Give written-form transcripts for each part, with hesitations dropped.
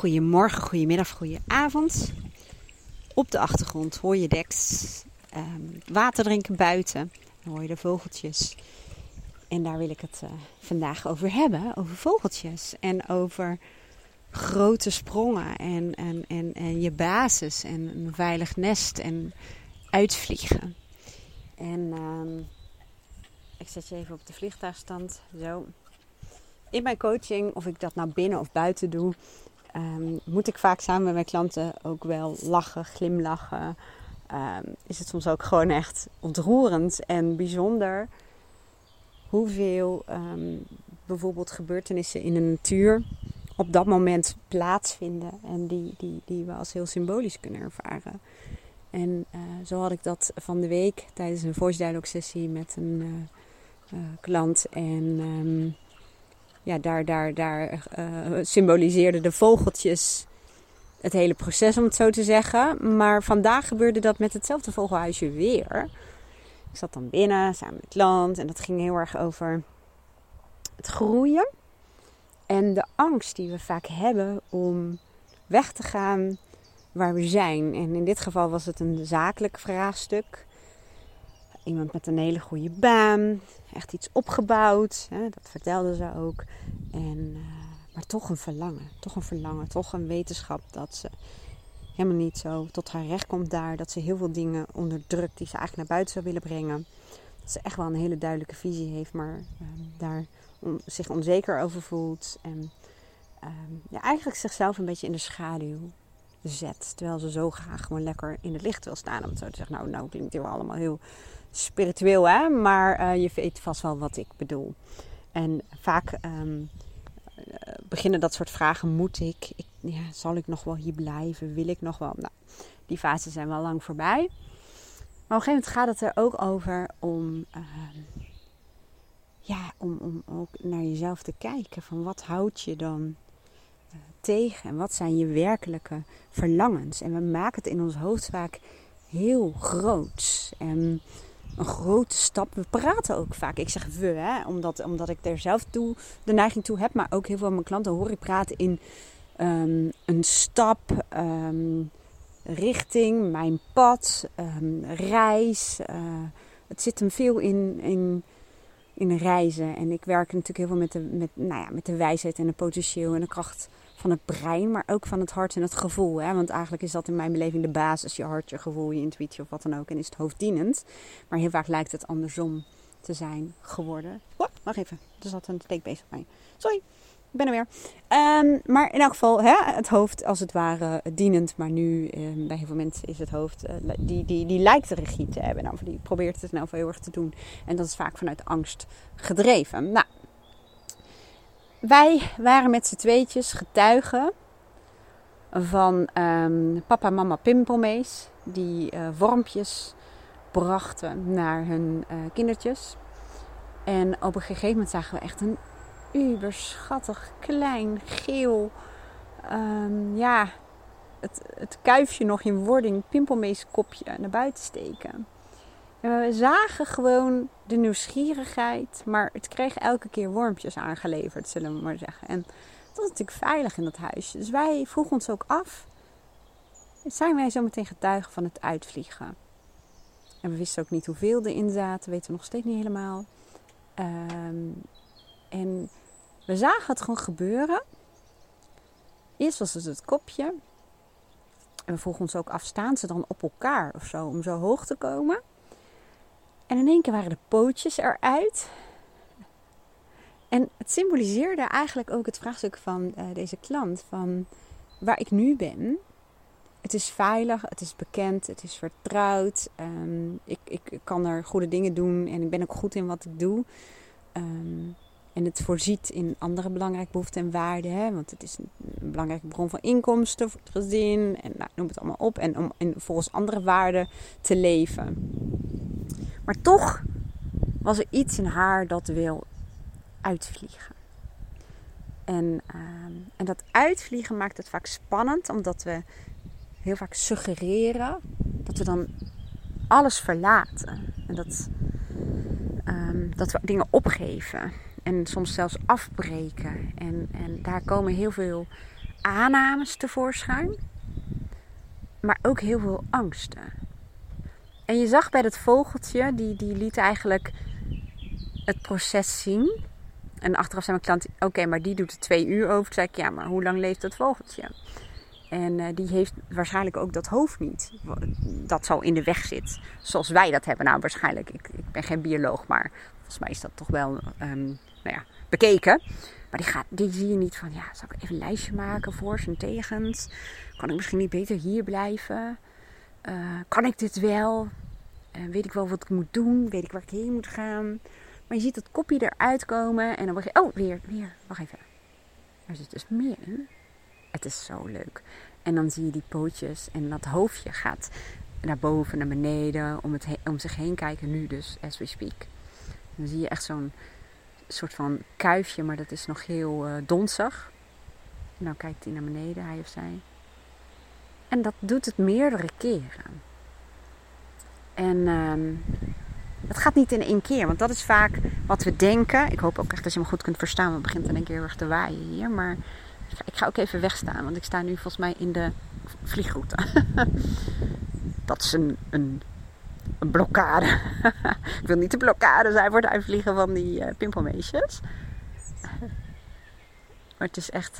Goedemorgen, goedemiddag, goedenavond. Op de achtergrond hoor je Dex water drinken buiten. Dan hoor je de vogeltjes. En daar wil ik het vandaag over hebben. Over vogeltjes. En over grote sprongen. En je basis. En een veilig nest. En uitvliegen. En ik zet je even op de vliegtuigstand. Zo. In mijn coaching, of ik dat nou binnen of buiten doe, moet ik vaak samen met mijn klanten ook wel lachen, glimlachen. Is het soms ook gewoon echt ontroerend en bijzonder hoeveel bijvoorbeeld gebeurtenissen in de natuur op dat moment plaatsvinden en die we als heel symbolisch kunnen ervaren. En zo had ik dat van de week tijdens een voice dialogue sessie met een klant en daar symboliseerden de vogeltjes het hele proces, om het zo te zeggen. Maar vandaag gebeurde dat met hetzelfde vogelhuisje weer. Ik zat dan binnen samen met de klant en dat ging heel erg over het groeien. En de angst die we vaak hebben om weg te gaan waar we zijn. En in dit geval was het een zakelijk vraagstuk. Iemand met een hele goede baan. Echt iets opgebouwd. Hè, dat vertelde ze ook. Maar toch een verlangen. Toch een wetenschap dat ze helemaal niet zo tot haar recht komt daar. Dat ze heel veel dingen onderdrukt die ze eigenlijk naar buiten zou willen brengen. Dat ze echt wel een hele duidelijke visie heeft. Maar daar zich onzeker over voelt. En eigenlijk zichzelf een beetje in de schaduw zet. Terwijl ze zo graag gewoon lekker in het licht wil staan. Om het zo te zeggen. Nou klinkt hier allemaal heel spiritueel, hè? Maar je weet vast wel wat ik bedoel. En vaak beginnen dat soort vragen. Moet ik? Zal ik nog wel hier blijven? Wil ik nog wel? Nou, die fases zijn wel lang voorbij. Maar op een gegeven moment gaat het er ook over om ook naar jezelf te kijken. Van wat houdt je dan tegen? En wat zijn je werkelijke verlangens? En we maken het in ons hoofd vaak heel groot. En een grote stap. We praten ook vaak. Ik zeg we, hè, omdat ik er zelf de neiging toe heb. Maar ook heel veel van mijn klanten hoor ik praten in een stap, richting, mijn pad, reis. Het zit hem veel in reizen. En ik werk natuurlijk heel veel met de wijsheid en het potentieel en de kracht van het brein, maar ook van het hart en het gevoel. Hè? Want eigenlijk is dat in mijn beleving de basis. Je hart, je gevoel, je intuïtie of wat dan ook. En is het hoofddienend. Maar heel vaak lijkt het andersom te zijn geworden. Wacht even. Er zat een steek bezig bij. Sorry, ik ben er weer. Maar in elk geval, het hoofd als het ware dienend. Maar nu, bij heel veel mensen is het hoofd, die lijkt de regie te hebben. Nou, die probeert het nou heel erg te doen. En dat is vaak vanuit angst gedreven. Nou, wij waren met z'n tweetjes getuigen van papa en mama pimpelmees. Die wormpjes brachten naar hun kindertjes. En op een gegeven moment zagen we echt een uberschattig, klein, geel, het kuifje nog in wording pimpelmeeskopje naar buiten steken. En we zagen gewoon de nieuwsgierigheid, maar het kreeg elke keer wormpjes aangeleverd, zullen we maar zeggen. En het was natuurlijk veilig in dat huisje. Dus wij vroegen ons ook af, zijn wij zo meteen getuigen van het uitvliegen? En we wisten ook niet hoeveel erin zaten, weten we nog steeds niet helemaal. En we zagen het gewoon gebeuren. Eerst was het kopje. En we vroegen ons ook af, staan ze dan op elkaar of zo, om zo hoog te komen? En in één keer waren de pootjes eruit. En het symboliseerde eigenlijk ook het vraagstuk van deze klant. Van waar ik nu ben. Het is veilig, het is bekend, het is vertrouwd. Ik kan er goede dingen doen en ik ben ook goed in wat ik doe. En het voorziet in andere belangrijke behoeften en waarden. Hè? Want het is een belangrijke bron van inkomsten voor het gezin. En noem het allemaal op. En om volgens andere waarden te leven. Maar toch was er iets in haar dat wil uitvliegen. En dat uitvliegen maakt het vaak spannend. Omdat we heel vaak suggereren dat we dan alles verlaten. En dat we dingen opgeven. En soms zelfs afbreken. En daar komen heel veel aannames tevoorschijn. Maar ook heel veel angsten. En je zag bij dat vogeltje, die liet eigenlijk het proces zien. En achteraf zei mijn klant, oké, maar die doet er 2 uur over. Toen zei ik, ja, maar hoe lang leeft dat vogeltje? En die heeft waarschijnlijk ook dat hoofd niet. Dat zo in de weg zit. Zoals wij dat hebben. Nou, waarschijnlijk. Ik ben geen bioloog, maar volgens mij is dat toch wel bekeken. Maar die zie je niet van, ja, zal ik even een lijstje maken voor's en tegens? Kan ik misschien niet beter hier blijven? Kan ik dit wel? Weet ik wel wat ik moet doen? Weet ik waar ik heen moet gaan? Maar je ziet dat kopje eruit komen en dan word je... Oh, weer. Wacht even. Er zit dus meer in. Het is zo leuk. En dan zie je die pootjes en dat hoofdje gaat naar boven, naar beneden, om zich heen kijken. Nu dus, as we speak. Dan zie je echt zo'n soort van kuifje, maar dat is nog heel donzig. En dan kijkt hij naar beneden, hij of zij. En dat doet het meerdere keren. En het gaat niet in 1 keer, want dat is vaak wat we denken. Ik hoop ook echt dat je me goed kunt verstaan, want het begint in één keer heel erg te waaien hier. Maar ik ga ook even wegstaan, want ik sta nu volgens mij in de vliegroute. Dat is een blokkade. Ik wil niet de blokkade zijn voor het uitvliegen van die pimpelmeesjes. Maar het is echt...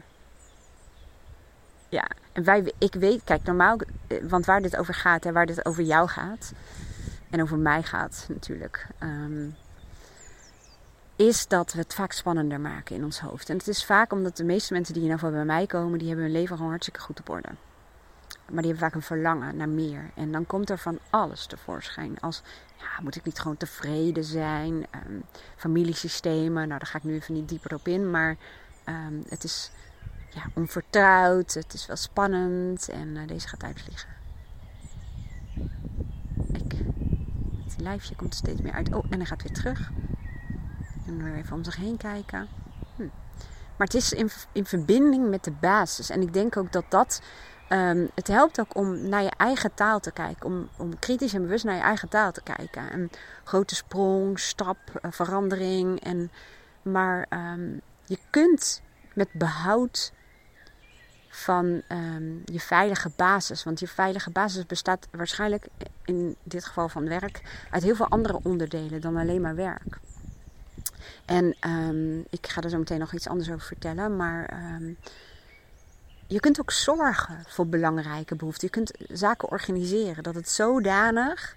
Ja, en ik weet, kijk, normaal, want waar dit over gaat en waar dit over jou gaat, en over mij gaat natuurlijk, is dat we het vaak spannender maken in ons hoofd. En het is vaak omdat de meeste mensen die in ieder geval bij mij komen, die hebben hun leven gewoon hartstikke goed op orde. Maar die hebben vaak een verlangen naar meer. En dan komt er van alles tevoorschijn. Als, ja, moet ik niet gewoon tevreden zijn? Familiesystemen, nou daar ga ik nu even niet dieper op in, maar het is... Ja, onvertrouwd, het is wel spannend en deze gaat uitvliegen. Het lijfje komt er steeds meer uit. Oh, en hij gaat weer terug. En weer even om zich heen kijken. Maar het is in verbinding met de basis. En ik denk ook dat het helpt ook om naar je eigen taal te kijken. Om kritisch en bewust naar je eigen taal te kijken. Een grote sprong, stap, verandering. Maar je kunt met behoud van je veilige basis. Want je veilige basis bestaat waarschijnlijk in dit geval van werk uit heel veel andere onderdelen dan alleen maar werk. En ik ga er zo meteen nog iets anders over vertellen. Maar je kunt ook zorgen voor belangrijke behoeften. Je kunt zaken organiseren dat het zodanig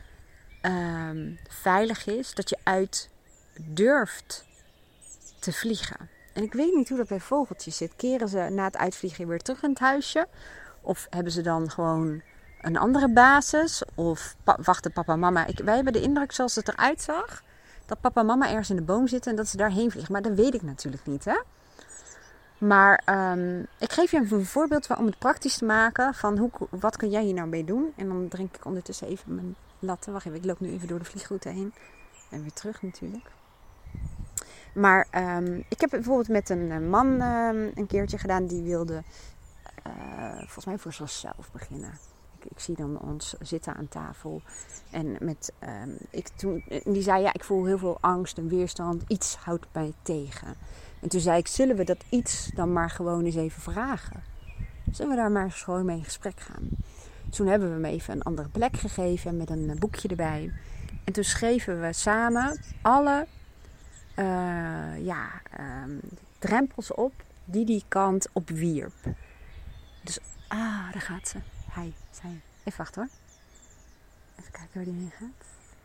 veilig is dat je uit durft te vliegen. En ik weet niet hoe dat bij vogeltjes zit. Keren ze na het uitvliegen weer terug in het huisje? Of hebben ze dan gewoon een andere basis? Of wachten papa en mama? Wij hebben de indruk, zoals het eruit zag, dat papa en mama ergens in de boom zitten en dat ze daarheen vliegen. Maar dat weet ik natuurlijk niet, hè? Maar ik geef je een voorbeeld om het praktisch te maken van wat kun jij hier nou mee doen? En dan drink ik ondertussen even mijn latte. Wacht even, ik loop nu even door de vliegroute heen. En weer terug natuurlijk. Maar ik heb bijvoorbeeld met een man een keertje gedaan die wilde volgens mij voor zichzelf beginnen. Ik zie dan ons zitten aan tafel en die zei ja, ik voel heel veel angst en weerstand. Iets houdt mij tegen. En toen zei ik, zullen we dat iets dan maar gewoon eens even vragen? Zullen we daar maar eens gewoon mee in gesprek gaan? Toen hebben we hem even een andere plek gegeven met een boekje erbij. En toen schreven we samen alle drempels op die kant op wierp. Dus, daar gaat ze. Zij. Even wachten hoor. Even kijken waar die heen gaat.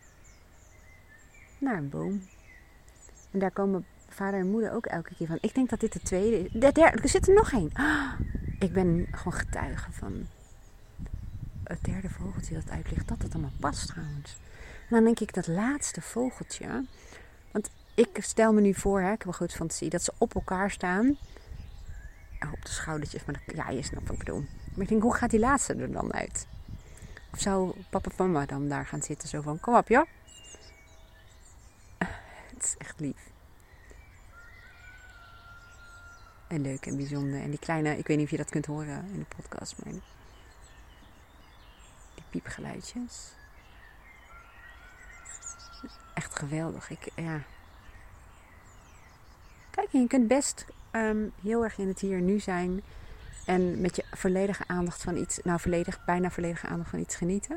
Naar een boom. En daar komen vader en moeder ook elke keer van. Ik denk dat dit de tweede is. De derde, er zit er nog één. Ik ben gewoon getuige van het derde vogeltje dat uitvliegt. Dat het allemaal past trouwens. En dan denk ik dat laatste vogeltje. Want ik stel me nu voor, ik heb een grote fantasie, dat ze op elkaar staan. Op de schoudertjes, maar ja, je snapt wat ik bedoel. Maar ik denk, hoe gaat die laatste er dan uit? Of zou papa en mama dan daar gaan zitten zo van, kom op joh. Het is echt lief. En leuk en bijzonder. En die kleine, ik weet niet of je dat kunt horen in de podcast, maar die piepgeluidjes. Echt geweldig. Kijk, je kunt best heel erg in het hier en nu zijn. En met je volledige aandacht van iets, bijna volledige aandacht van iets genieten.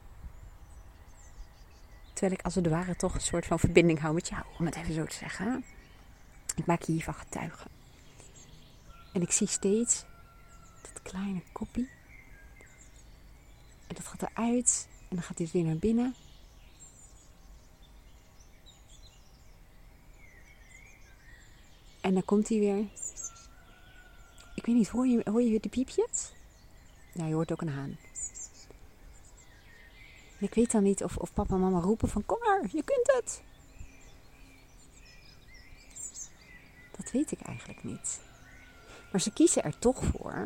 Terwijl ik als het ware toch een soort van verbinding hou met jou, om het even zo te zeggen. Ik maak je hiervan getuige. En ik zie steeds dat kleine koppie. En dat gaat eruit. En dan gaat dit weer naar binnen. En dan komt hij weer. Ik weet niet, hoor je de piepjes? Ja, je hoort ook een haan. En ik weet dan niet of papa en mama roepen van kom maar, je kunt het. Dat weet ik eigenlijk niet. Maar ze kiezen er toch voor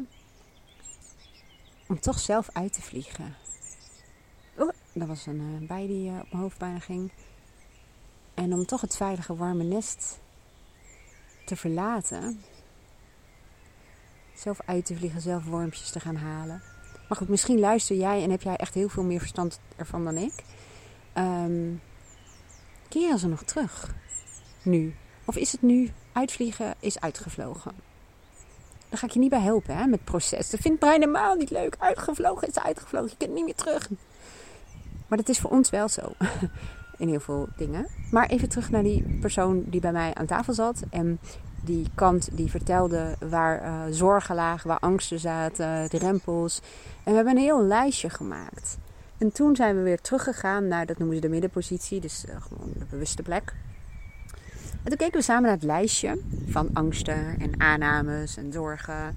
om toch zelf uit te vliegen. Dat was een bij die op mijn hoofd bijna ging. En om toch het veilige warme nest te verlaten. Zelf uit te vliegen, zelf wormpjes te gaan halen. Maar goed, misschien luister jij en heb jij echt heel veel meer verstand ervan dan ik. Keren ze nog terug? Nu? Of is het nu uitvliegen is uitgevlogen? Daar ga ik je niet bij helpen, hè, met het proces. Dat vindt brein helemaal niet leuk. Uitgevlogen is uitgevlogen. Je kunt niet meer terug. Maar dat is voor ons wel zo. In heel veel dingen. Maar even terug naar die persoon die bij mij aan tafel zat. En die kant die vertelde waar zorgen lagen, waar angsten zaten, drempels. En we hebben een heel lijstje gemaakt. En toen zijn we weer teruggegaan naar, dat noemen ze de middenpositie. Dus gewoon de bewuste plek. En toen keken we samen naar het lijstje van angsten en aannames en zorgen.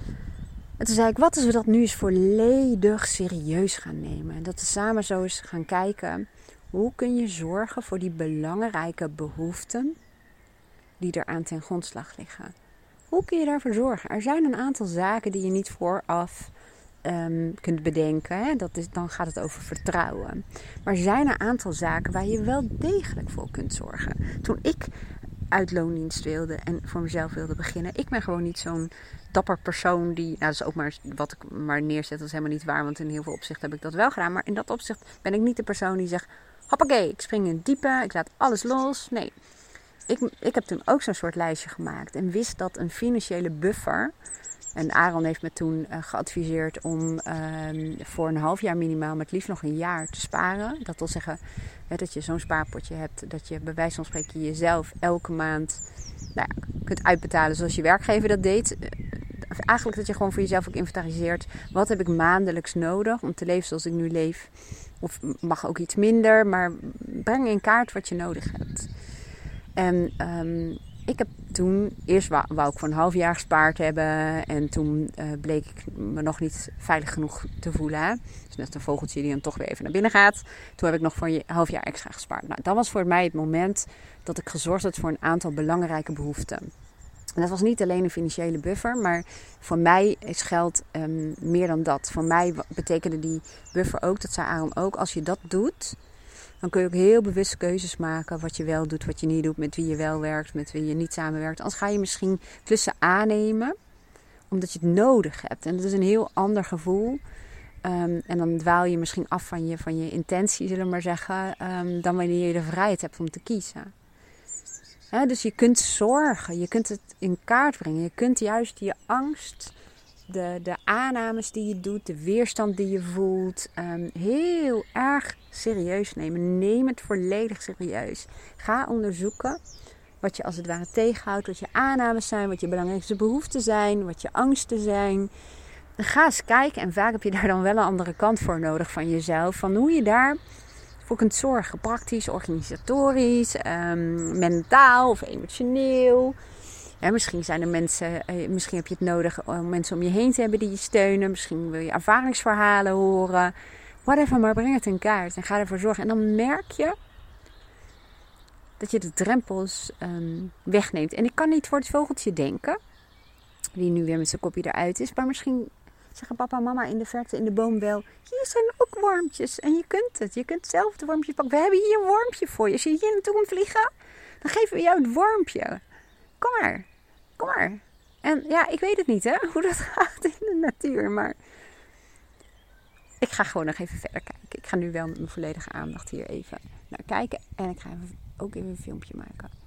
En toen zei ik, wat als we dat nu eens volledig serieus gaan nemen? En dat we samen zo eens gaan kijken, hoe kun je zorgen voor die belangrijke behoeften die er aan ten grondslag liggen? Hoe kun je daarvoor zorgen? Er zijn een aantal zaken die je niet vooraf kunt bedenken. Hè? Dan gaat het over vertrouwen. Maar er zijn een aantal zaken waar je wel degelijk voor kunt zorgen. Toen ik uit loondienst wilde en voor mezelf wilde beginnen. Ik ben gewoon niet zo'n dapper persoon die... Nou, dat is ook maar wat ik maar neerzet. Dat is helemaal niet waar, want in heel veel opzichten heb ik dat wel gedaan. Maar in dat opzicht ben ik niet de persoon die zegt, hoppakee, ik spring in het diepe, ik laat alles los. Nee, ik heb toen ook zo'n soort lijstje gemaakt en wist dat een financiële buffer... En Aaron heeft me toen geadviseerd om voor een half jaar minimaal, met liefst nog een jaar te sparen. Dat wil zeggen dat je zo'n spaarpotje hebt, dat je bij wijze van spreken jezelf elke maand kunt uitbetalen zoals je werkgever dat deed. Eigenlijk dat je gewoon voor jezelf ook inventariseert, wat heb ik maandelijks nodig om te leven zoals ik nu leef. Of mag ook iets minder, maar breng in kaart wat je nodig hebt. En ik heb toen, eerst wou ik voor een half jaar gespaard hebben. En toen bleek ik me nog niet veilig genoeg te voelen. Hè? Dus net een vogeltje die dan toch weer even naar binnen gaat. Toen heb ik nog voor een half jaar extra gespaard. Nou, dat was voor mij het moment dat ik gezorgd had voor een aantal belangrijke behoeften. En dat was niet alleen een financiële buffer, maar voor mij is geld meer dan dat. Voor mij betekende die buffer ook, dat zei Aaron ook, als je dat doet, dan kun je ook heel bewust keuzes maken wat je wel doet, wat je niet doet, met wie je wel werkt, met wie je niet samenwerkt. Anders ga je misschien klussen aannemen, omdat je het nodig hebt. En dat is een heel ander gevoel. En dan dwaal je misschien af van je intentie, zullen we maar zeggen, dan wanneer je de vrijheid hebt om te kiezen. Dus je kunt zorgen, je kunt het in kaart brengen. Je kunt juist je angst, de aannames die je doet, de weerstand die je voelt, heel erg serieus nemen. Neem het volledig serieus. Ga onderzoeken wat je als het ware tegenhoudt, wat je aannames zijn, wat je belangrijkste behoeften zijn, wat je angsten zijn. Ga eens kijken en vaak heb je daar dan wel een andere kant voor nodig van jezelf. Van hoe je daar voor kunt zorgen. Praktisch, organisatorisch, mentaal of emotioneel. Ja, misschien zijn er mensen, misschien heb je het nodig om mensen om je heen te hebben die je steunen. Misschien wil je ervaringsverhalen horen. Whatever, maar breng het in kaart en ga ervoor zorgen. En dan merk je dat je de drempels wegneemt. En ik kan niet voor het vogeltje denken, die nu weer met zijn kopje eruit is. Maar misschien zeggen papa en mama in de verte in de boom wel, hier zijn ook wormpjes en je kunt het. Je kunt zelf de wormpjes pakken. We hebben hier een wormpje voor je. Als je hier naartoe komt vliegen, dan geven we jou het wormpje. Kom maar. Kom maar. En ja, ik weet het niet hè, hoe dat gaat in de natuur. Maar ik ga gewoon nog even verder kijken. Ik ga nu wel met mijn volledige aandacht hier even naar kijken. En ik ga ook even een filmpje maken.